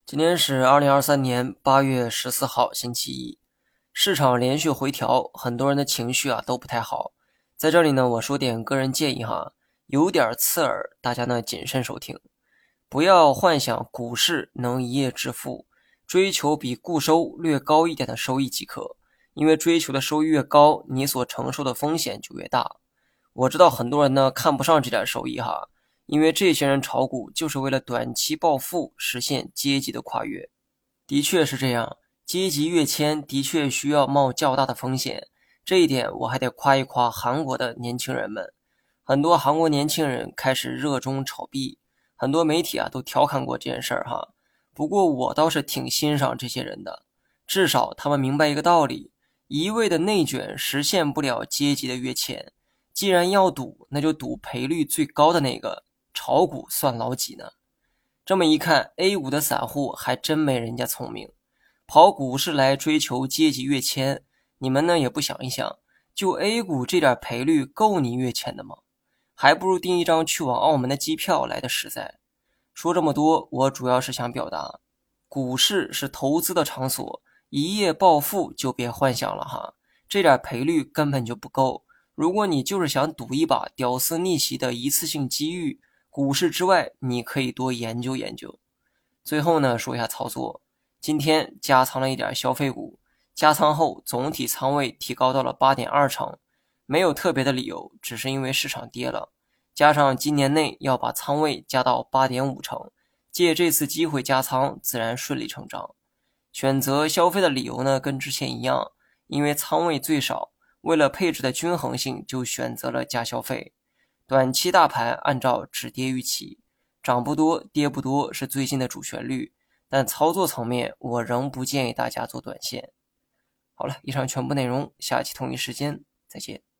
今天是2023年8月14号，星期一，市场连续回调，很多人的情绪都不太好。在这里呢，我说点个人建议哈，有点刺耳，大家呢谨慎收听，不要幻想股市能一夜致富，追求比固收略高一点的收益即可，因为追求的收益越高，你所承受的风险就越大。我知道很多人呢看不上这点收益哈。因为这些人炒股就是为了短期暴富，实现阶级的跨越。的确是这样，阶级跃迁的确需要冒较大的风险，这一点我还得夸一夸韩国的年轻人们。很多韩国年轻人开始热衷炒币，很多媒体都调侃过这件事儿哈。不过我倒是挺欣赏这些人的，至少他们明白一个道理，一味的内卷实现不了阶级的跃迁。既然要赌，那就赌赔率最高的那个。炒股算老几呢？这么一看 A 股的散户还真没人家聪明，跑股市来追求阶级跃迁，你们呢也不想一想，就 A 股这点赔率够你跃迁的吗？还不如订一张去往澳门的机票来的实在。说这么多，我主要是想表达，股市是投资的场所，一夜暴富就别幻想了哈，这点赔率根本就不够。如果你就是想赌一把屌丝逆袭的一次性机遇，股市之外，你可以多研究研究。最后呢，说一下操作。今天加仓了一点消费股，加仓后总体仓位提高到了8.2成，没有特别的理由，只是因为市场跌了，加上今年内要把仓位加到8.5成，借这次机会加仓，自然顺理成章。选择消费的理由呢，跟之前一样，因为仓位最少，为了配置的均衡性，就选择了加消费。短期大盘按照止跌预期，涨不多跌不多是最近的主旋律，但操作层面我仍不建议大家做短线。好了，以上全部内容，下期同一时间再见。